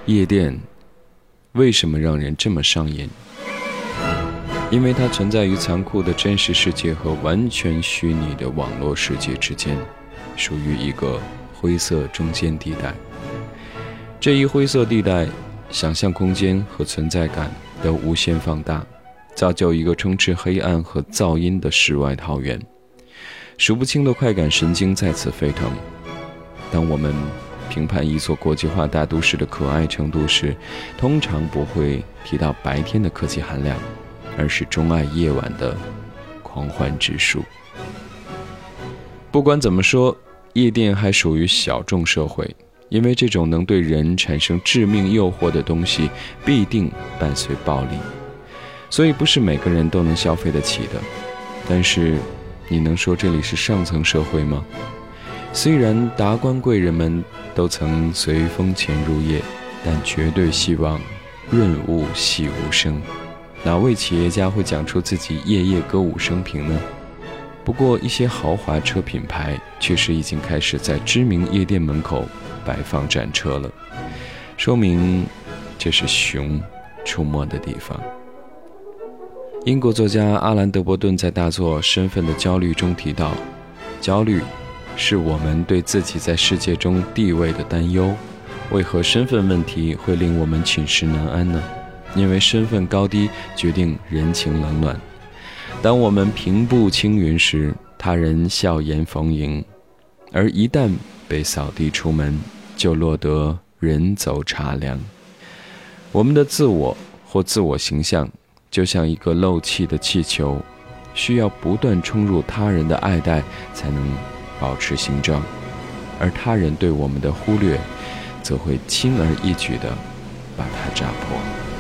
夜店为什么让人这么上瘾？因为它存在于残酷的真实世界和完全虚拟的网络世界之间，属于一个灰色中间地带。这一灰色地带，想象空间和存在感都无限放大，造就一个充斥黑暗和噪音的世外桃源。数不清的快感神经在此沸腾。当我们评判一座国际化大都市的可爱程度时，通常不会提到白天的科技含量，而是钟爱夜晚的狂欢指数。不管怎么说，夜店还属于小众社会，因为这种能对人产生致命诱惑的东西必定伴随暴力，所以不是每个人都能消费得起的。但是你能说这里是上层社会吗？虽然达官贵人们都曾随风潜入夜，但绝对希望润物细无声。哪位企业家会讲出自己夜夜歌舞升平呢？不过一些豪华车品牌确实已经开始在知名夜店门口摆放战车了，说明这是熊出没的地方。英国作家阿兰·德伯顿在大作《身份的焦虑》中提到，焦虑是我们对自己在世界中地位的担忧。为何身份问题会令我们寝食难安呢？因为身份高低决定人情冷暖。当我们平步青云时，他人笑颜逢迎；而一旦被扫地出门，就落得人走茶凉。我们的自我或自我形象就像一个漏气的气球，需要不断冲入他人的爱戴才能保持形状，而他人对我们的忽略则会轻而易举地把它炸破。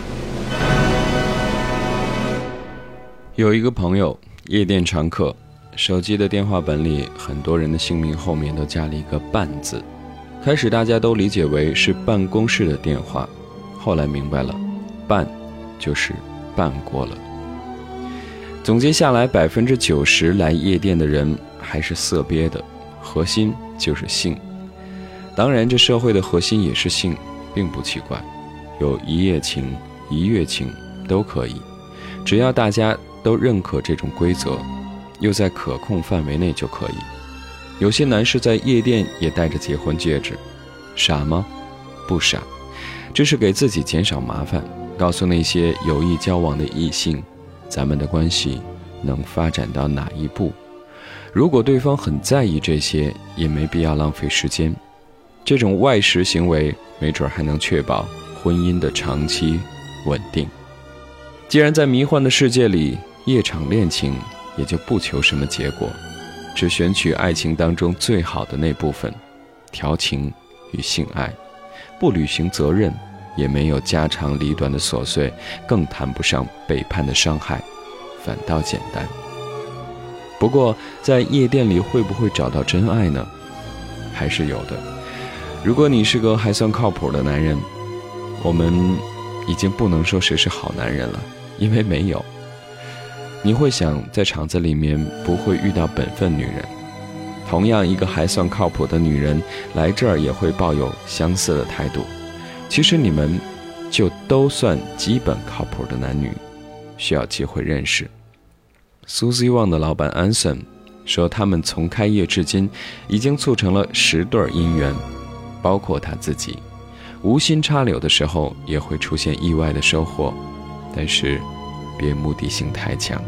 有一个朋友，夜店常客，手机的电话本里很多人的姓名后面都加了一个办字。开始大家都理解为是办公室的电话，后来明白了，办就是办过了。总结下来，90%来夜店的人还是色憋的，核心就是性。当然这社会的核心也是性，并不奇怪，有一夜情一月情都可以，只要大家都认可这种规则，又在可控范围内就可以。有些男士在夜店也戴着结婚戒指，傻吗？不傻，这是给自己减少麻烦，告诉那些有意交往的异性，咱们的关系能发展到哪一步。如果对方很在意这些，也没必要浪费时间。这种外食行为没准还能确保婚姻的长期稳定。既然在迷幻的世界里，夜场恋情也就不求什么结果，只选取爱情当中最好的那部分，调情与性爱，不履行责任，也没有家长里短的琐碎，更谈不上背叛的伤害，反倒简单。不过在夜店里会不会找到真爱呢？还是有的。如果你是个还算靠谱的男人，我们已经不能说谁是好男人了，因为没有。你会想在场子里面不会遇到本分女人，同样一个还算靠谱的女人来这儿也会抱有相似的态度。其实你们就都算基本靠谱的男女，需要机会认识。Suzy Wang 的老板安森说，他们从开业至今已经促成了10对姻缘，包括他自己。无心插柳的时候也会出现意外的收获，但是别目的性太强。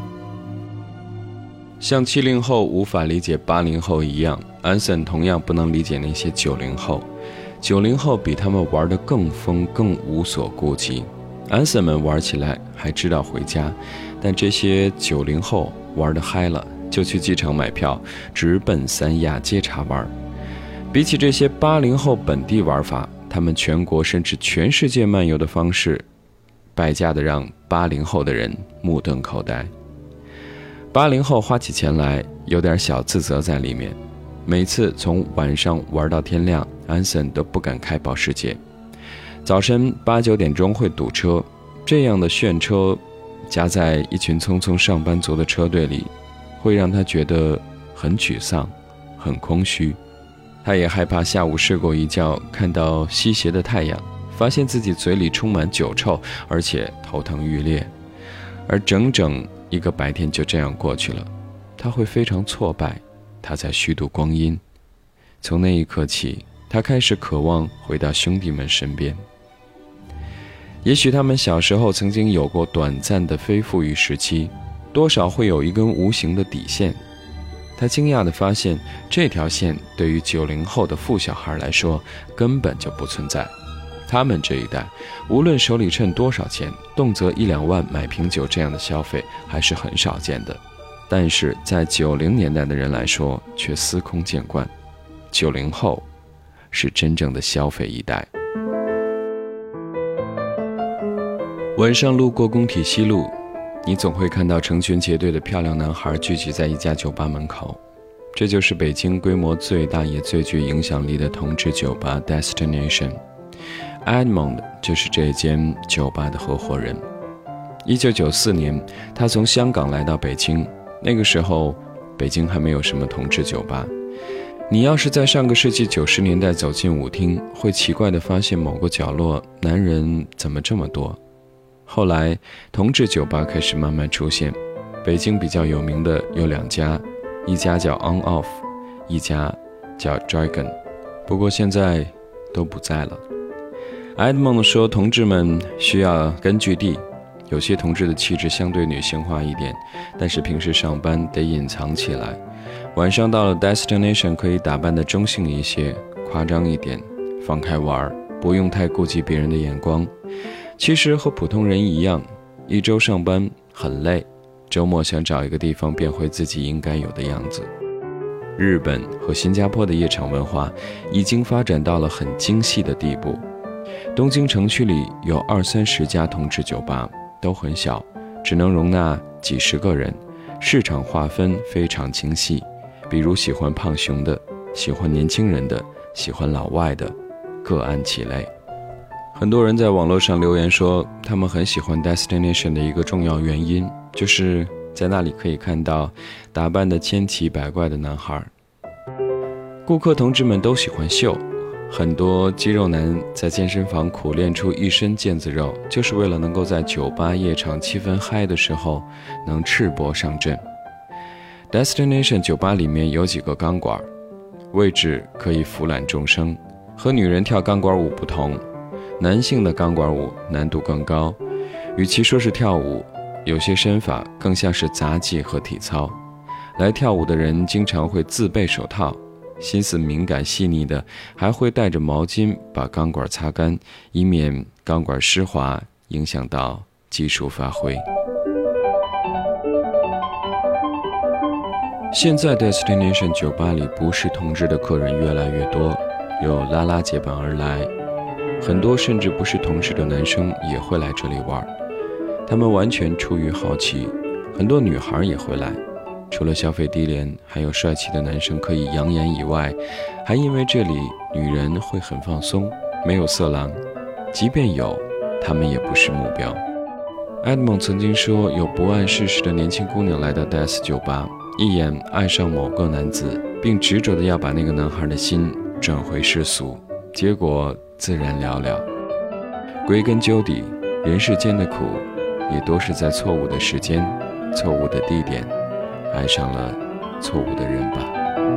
像70后无法理解80后一样，安森同样不能理解那些90后。90后比他们玩得更疯，更无所顾忌。安森们玩起来还知道回家，但这些90后玩得嗨了，就去机场买票，直奔三亚接茬玩。比起这些80后本地玩法，他们全国甚至全世界漫游的方式，败家的让80后的人目瞪口呆。80后花起钱来有点小自责在里面，每次从晚上玩到天亮，安森都不敢开保时捷。早晨8、9点钟会堵车，这样的炫车夹在一群匆匆上班族的车队里，会让他觉得很沮丧，很空虚。他也害怕下午睡过一觉，看到西斜的太阳， 发现自己嘴里充满酒臭，而且头疼欲裂。而整整一个白天就这样过去了，他会非常挫败，他在虚度光阴。从那一刻起，他开始渴望回到兄弟们身边。也许他们小时候曾经有过短暂的非富裕时期，多少会有一根无形的底线。他惊讶地发现，这条线对于90后的富小孩来说根本就不存在。他们这一代，无论手里趁多少钱，动辄1-2万买瓶酒，这样的消费还是很少见的。但是在90年代的人来说，却司空见惯。90后是真正的消费一代。晚上路过工体西路，你总会看到成群结队的漂亮男孩聚集在一家酒吧门口。这就是北京规模最大也最具影响力的同志酒吧 Destination。Edmond 就是这间酒吧的合伙人。1994年，他从香港来到北京，那个时候北京还没有什么同志酒吧。你要是在上个世纪90年代走进舞厅，会奇怪地发现某个角落男人怎么这么多。后来同志酒吧开始慢慢出现，北京比较有名的有2家，一家叫 On Off， 一家叫 Dragon， 不过现在都不在了。Edmond 说，同志们需要根据地，有些同志的气质相对女性化一点，但是平时上班得隐藏起来，晚上到了 Destination 可以打扮得中性一些，夸张一点，放开玩，不用太顾及别人的眼光。其实和普通人一样，一周上班很累，周末想找一个地方变回自己应该有的样子。日本和新加坡的夜场文化已经发展到了很精细的地步。东京城区里有20-30家同志酒吧，都很小，只能容纳几十个人，市场划分非常精细，比如喜欢胖熊的，喜欢年轻人的，喜欢老外的，各按其类。很多人在网络上留言说，他们很喜欢 Destination 的一个重要原因，就是在那里可以看到打扮得千奇百怪的男孩。顾客同志们都喜欢秀，很多肌肉男在健身房苦练出一身腱子肉，就是为了能够在酒吧夜场气氛嗨的时候能赤膊上阵。Destination 酒吧里面有几个钢管，位置可以俯览众生。和女人跳钢管舞不同，男性的钢管舞难度更高，与其说是跳舞，有些身法更像是杂技和体操。来跳舞的人经常会自备手套，心思敏感细腻的还会带着毛巾把钢管擦干，以免钢管湿滑影响到技术发挥。现在 Destination 酒吧里不是同志的客人越来越多，有拉拉结伴而来，很多甚至不是同志的男生也会来这里玩，他们完全出于好奇，很多女孩也会来。除了消费低廉，还有帅气的男生可以养眼以外，还因为这里女人会很放松，没有色狼，即便有，他们也不是目标。Edmond 曾经说，有不谙世事的年轻姑娘来到 Des 酒吧，一眼爱上某个男子，并执着地要把那个男孩的心转回世俗，结果自然寥寥。归根究底，人世间的苦也多是在错误的时间、错误的地点爱上了错误的人吧。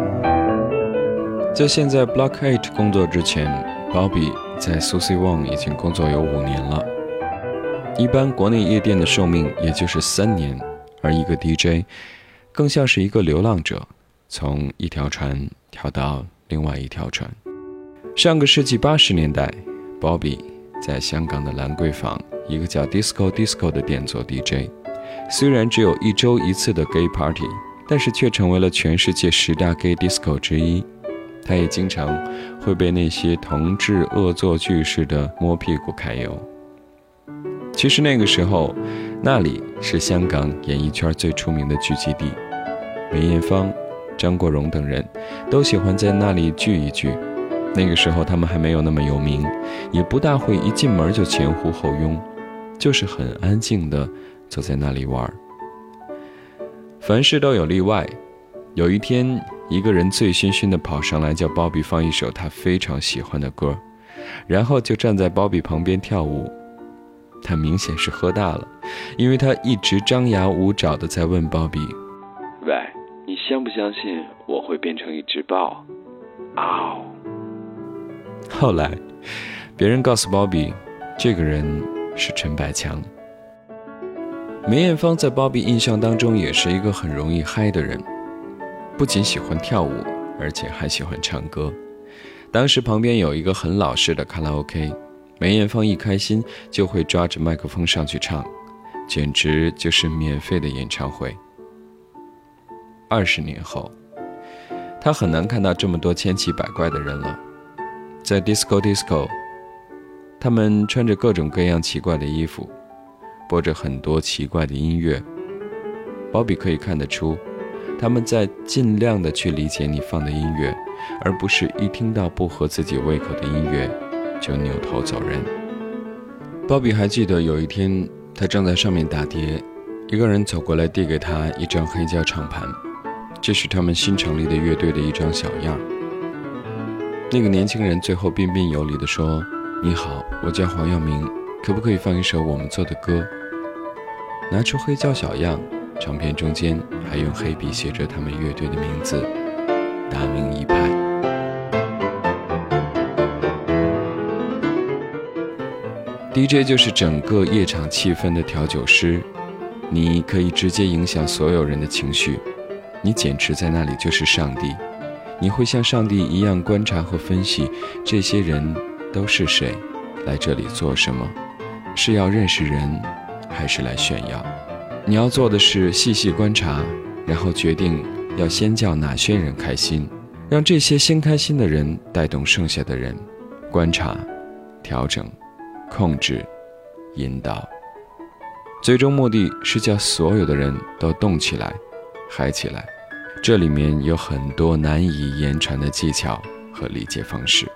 在现在 Block 8工作之前， Bobby 在 Susie Wong 已经工作有5年了。一般国内夜店的寿命也就是3年，而一个 DJ 更像是一个流浪者，从一条船跳到另外一条船。上个世纪80年代， Bobby 在香港的兰桂坊一个叫 Disco Disco 的店做 DJ，虽然只有1周1次的 gay party， 但是却成为了全世界10大 gay disco 之一。他也经常会被那些同志恶作剧似的摸屁股揩油。其实那个时候，那里是香港演艺圈最出名的聚集地，梅艳芳、张国荣等人都喜欢在那里聚一聚。那个时候他们还没有那么有名，也不大会一进门就前呼后拥，就是很安静的坐在那里玩。凡事都有例外，有一天，一个人醉醺醺地跑上来叫 Bobby 放一首他非常喜欢的歌， 然后就站在鲍比旁边跳舞。他明显是喝大了，因为他一直张牙舞爪地在问鲍比：喂，你相不相信我会变成一只豹？嗷！后来别人告诉鲍比，这个人是陈百强。梅艳芳在鲍比印象当中也是一个很容易嗨的人，不仅喜欢跳舞，而且还喜欢唱歌。当时旁边有一个很老式的卡拉 OK， 梅艳芳一开心就会抓着麦克风上去唱，简直就是免费的演唱会。20年后，他很难看到这么多千奇百怪的人了。在 disco， 他们穿着各种各样奇怪的衣服，播着很多奇怪的音乐。鲍比可以看得出，他们在尽量的去理解你放的音乐，而不是一听到不合自己胃口的音乐就扭头走人。鲍比还记得有一天，他正在上面打碟，一个人走过来递给他一张黑胶唱盘，这是他们新成立的乐队的一张小样。那个年轻人最后彬彬有礼地说：你好，我叫黄耀明，可不可以放一首我们做的歌？拿出黑胶小样，唱片中间还用黑笔写着他们乐队的名字，达明一派。DJ 就是整个夜场气氛的调酒师，你可以直接影响所有人的情绪，你简直在那里就是上帝。你会像上帝一样观察和分析这些人都是谁，来这里做什么，是要认识人还是来炫耀。你要做的是细细观察，然后决定要先叫哪些人开心，让这些先开心的人带动剩下的人，观察、调整、控制、引导，最终目的是叫所有的人都动起来，嗨起来。这里面有很多难以言传的技巧和理解方式。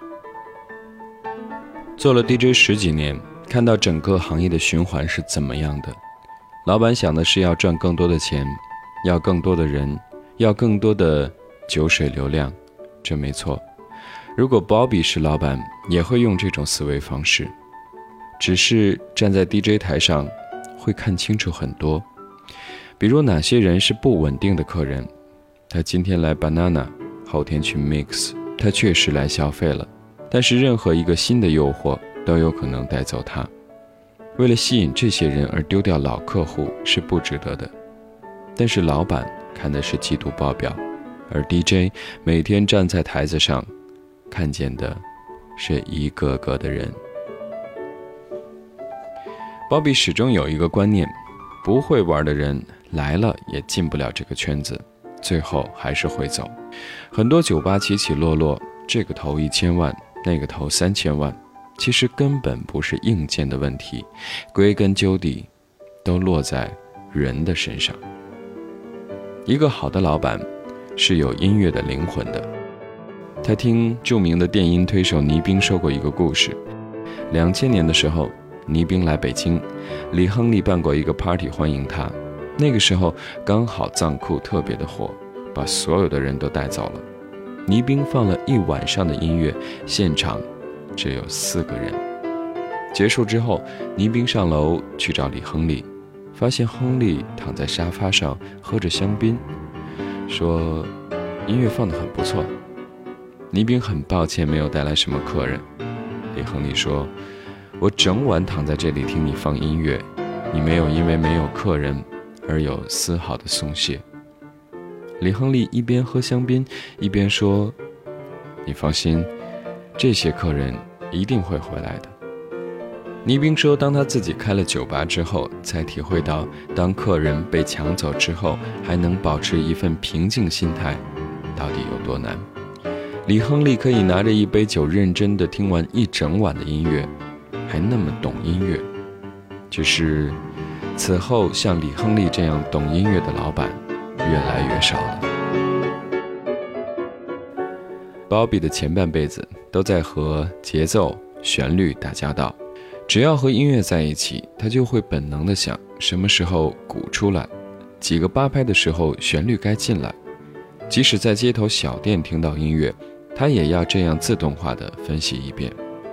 做了 DJ 10几年，看到整个行业的循环是怎么样的。老板想的是要赚更多的钱，要更多的人，要更多的酒水流量，这没错。如果 Bobby 是老板，也会用这种思维方式，只是站在 DJ 台上会看清楚很多，比如哪些人是不稳定的客人。他今天来 Banana， 后天去 Mix， 他确实来消费了，但是任何一个新的诱惑都有可能带走他。为了吸引这些人而丢掉老客户是不值得的。但是老板看的是季度报表，而 DJ 每天站在台子上看见的是一个个的人。Bobby 始终有一个观念，不会玩的人来了也进不了这个圈子，最后还是会走。很多酒吧起起落落，这个投1000万，那个投3000万，其实根本不是硬件的问题，归根究底都落在人的身上。一个好的老板是有音乐的灵魂的。他听著名的电音推手倪斌说过一个故事。2000年的时候，倪斌来北京，李亨利办过一个 party 欢迎他。那个时候刚好藏库特别的火，把所有的人都带走了。倪斌放了一晚上的音乐，现场只有4个人。结束之后，倪斌上楼去找李亨利，发现亨利躺在沙发上喝着香槟，说音乐放得很不错。倪斌很抱歉没有带来什么客人。李亨利说，我整晚躺在这里听你放音乐，你没有因为没有客人而有丝毫的松懈。李亨利一边喝香槟一边说，你放心，这些客人一定会回来的。倪斌说，当他自己开了酒吧之后，才体会到当客人被抢走之后还能保持一份平静心态到底有多难。李亨利可以拿着一杯酒认真地听完一整晚的音乐，还那么懂音乐，只是此后像李亨利这样懂音乐的老板越来越少了。Bobby 的前半辈子都在和节奏、旋律打交道，只要和音乐在一起，他就会本能地想什么时候鼓出来，几个8拍的时候旋律该进来。即使在街头小店听到音乐，他也要这样自动化地分析一遍。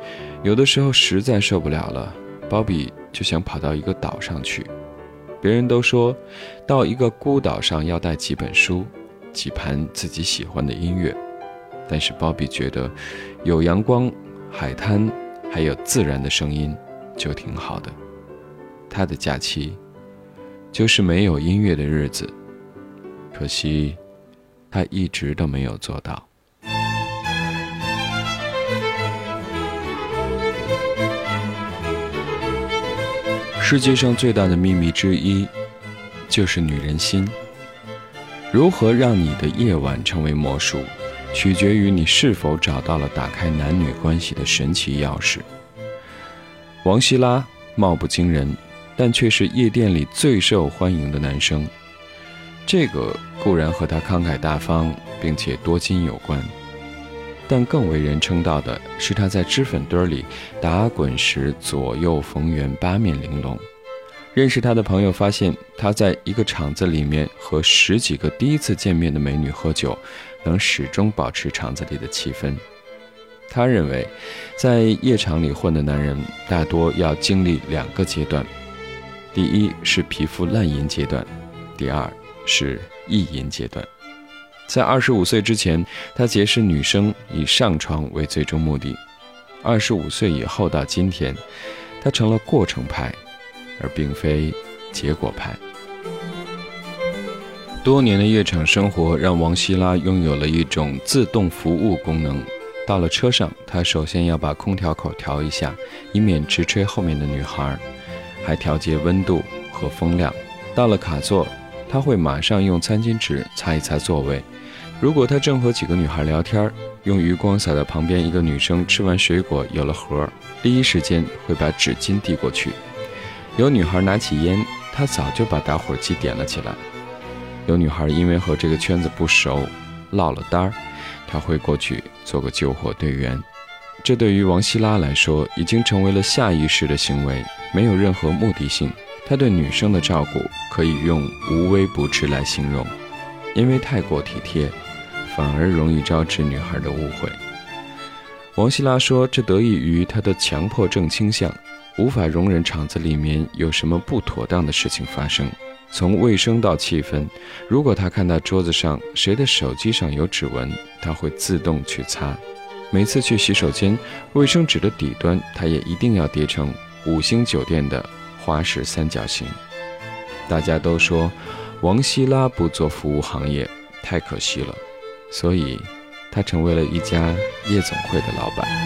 有的时候实在受不了了，鲍比就想跑到一个岛上去。别人都说到一个孤岛上要带几本书，几盘自己喜欢的音乐，但是鲍比觉得有阳光、海滩还有自然的声音就挺好的。他的假期就是没有音乐的日子，可惜他一直都没有做到。世界上最大的秘密之一就是女人心。如何让你的夜晚成为魔术，取决于你是否找到了打开男女关系的神奇钥匙。王希拉貌不惊人，但却是夜店里最受欢迎的男生。这个固然和他慷慨大方并且多金有关，但更为人称道的是他在脂粉堆里打滚时左右逢源，八面玲珑。认识他的朋友发现，他在一个场子里面和10几个第一次见面的美女喝酒，能始终保持场子里的气氛。他认为，在夜场里混的男人大多要经历2个阶段，第一是皮肤烂银阶段，第二是意淫阶段。在25岁之前，他结识女生以上床为最终目的。25岁以后到今天，他成了过程派，而并非结果派。多年的夜场生活让王希拉拥有了一种自动服务功能。到了车上，他首先要把空调口调一下，以免直吹后面的女孩，还调节温度和风量。到了卡座，他会马上用餐巾纸擦一擦座位。如果他正和几个女孩聊天，用余光扫到旁边一个女生吃完水果有了盒，第一时间会把纸巾递过去。有女孩拿起烟，他早就把打火机点了起来。有女孩因为和这个圈子不熟落了单，他会过去做个救火队员。这对于王希拉来说已经成为了下意识的行为，没有任何目的性。他对女生的照顾可以用无微不至来形容，因为太过体贴，反而容易招致女孩的误会。王希拉说，这得益于他的强迫症倾向，无法容忍场子里面有什么不妥当的事情发生。从卫生到气氛，如果他看到桌子上谁的手机上有指纹，他会自动去擦。每次去洗手间，卫生纸的底端他也一定要叠成5星酒店的花式3角形。大家都说王希拉不做服务行业太可惜了，所以他成为了一家夜总会的老板。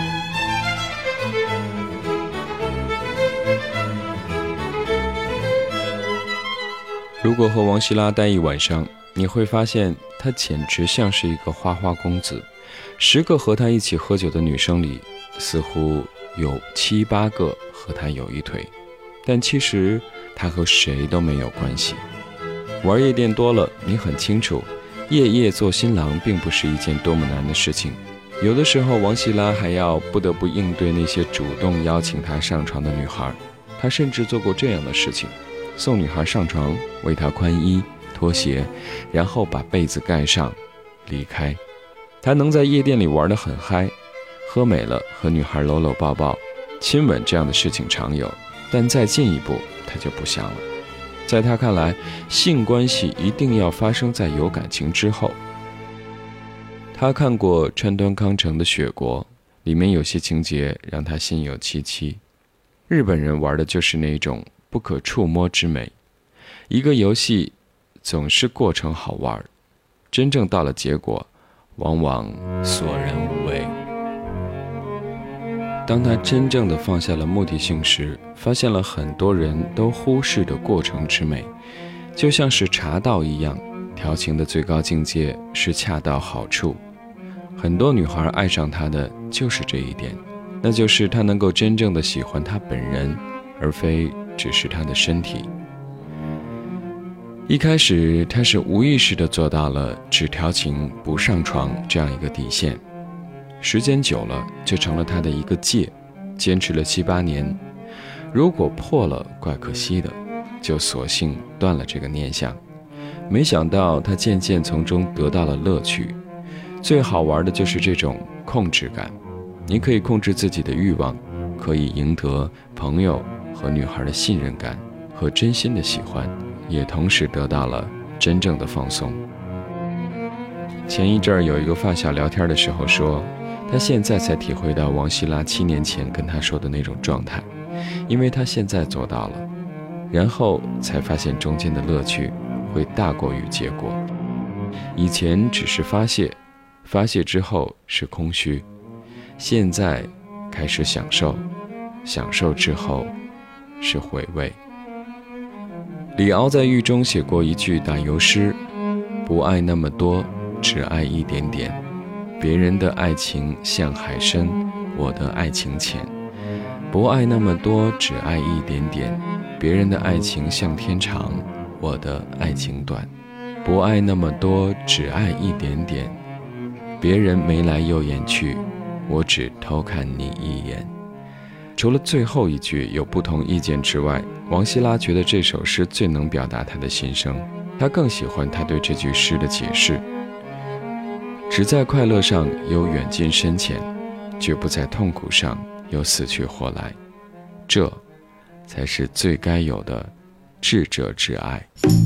如果和王希拉待一晚上，你会发现他简直像是一个花花公子。10个和他一起喝酒的女生里，似乎有7、8个和他有一腿，但其实他和谁都没有关系。玩夜店多了，你很清楚，夜夜做新郎并不是一件多么难的事情。有的时候，王希拉还要不得不应对那些主动邀请他上床的女孩。他甚至做过这样的事情，送女孩上床，为她宽衣脱鞋，然后把被子盖上离开。他能在夜店里玩得很嗨，喝美了和女孩搂搂抱抱亲吻，这样的事情常有，但再进一步他就不想了。在他看来，性关系一定要发生在有感情之后。他看过川端康成的《雪国》，里面有些情节让他心有戚戚。日本人玩的就是那种不可触摸之美。一个游戏总是过程好玩，真正到了结果，往往索然无味。当他真正的放下了目的性时，发现了很多人都忽视的过程之美。就像是茶道一样，调情的最高境界是恰到好处。很多女孩爱上他的就是这一点，那就是他能够真正的喜欢他本人，而非只是他的身体。一开始他是无意识地做到了只调情不上床这样一个底线，时间久了就成了他的一个戒，坚持了7、8年。如果破了怪可惜的，就索性断了这个念想。没想到他渐渐从中得到了乐趣。最好玩的就是这种控制感，你可以控制自己的欲望， 可以赢得朋友和女孩的信任感和真心的喜欢，也同时得到了真正的放松。前一阵儿有一个发小聊天的时候说，他现在才体会到王希拉7年前跟他说的那种状态，因为他现在做到了，然后才发现中间的乐趣会大过于结果。以前只是发泄，发泄之后是空虚，现在开始享受，享受之后是回味。李敖在狱中写过一句打油诗：不爱那么多，只爱一点点，别人的爱情像海深，我的爱情浅。不爱那么多，只爱一点点，别人的爱情像天长，我的爱情短。不爱那么多，只爱一点点，别人眉来又眼去，我只偷看你一眼。除了最后一句有不同意见之外，王希拉觉得这首诗最能表达他的心声。他更喜欢他对这句诗的解释：只在快乐上有远近深浅，绝不在痛苦上有死去活来，这才是最该有的智者之爱。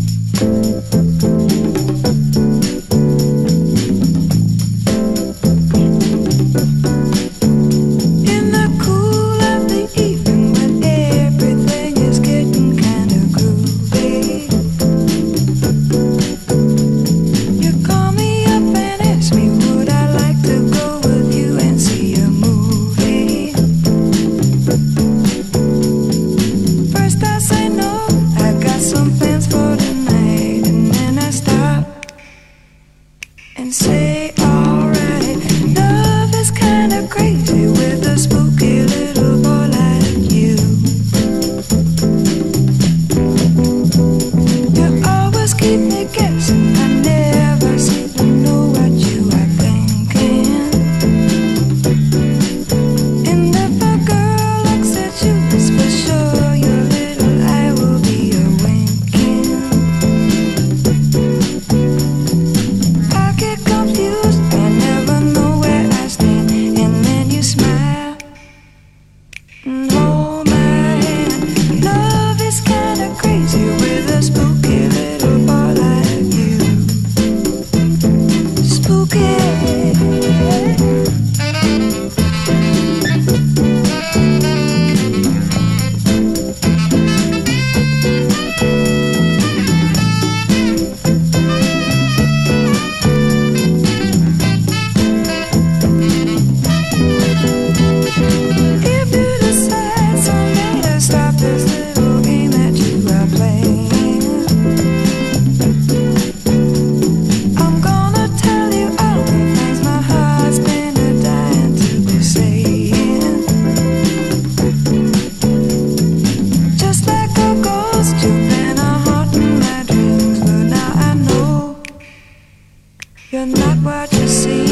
You're not what you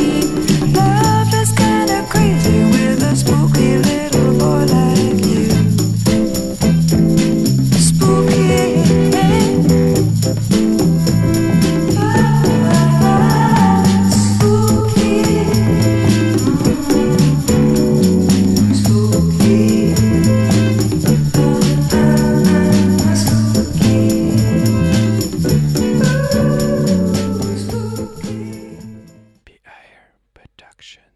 seem. Love is kinda crazy with a spooky little boy like you. Spooky. Production.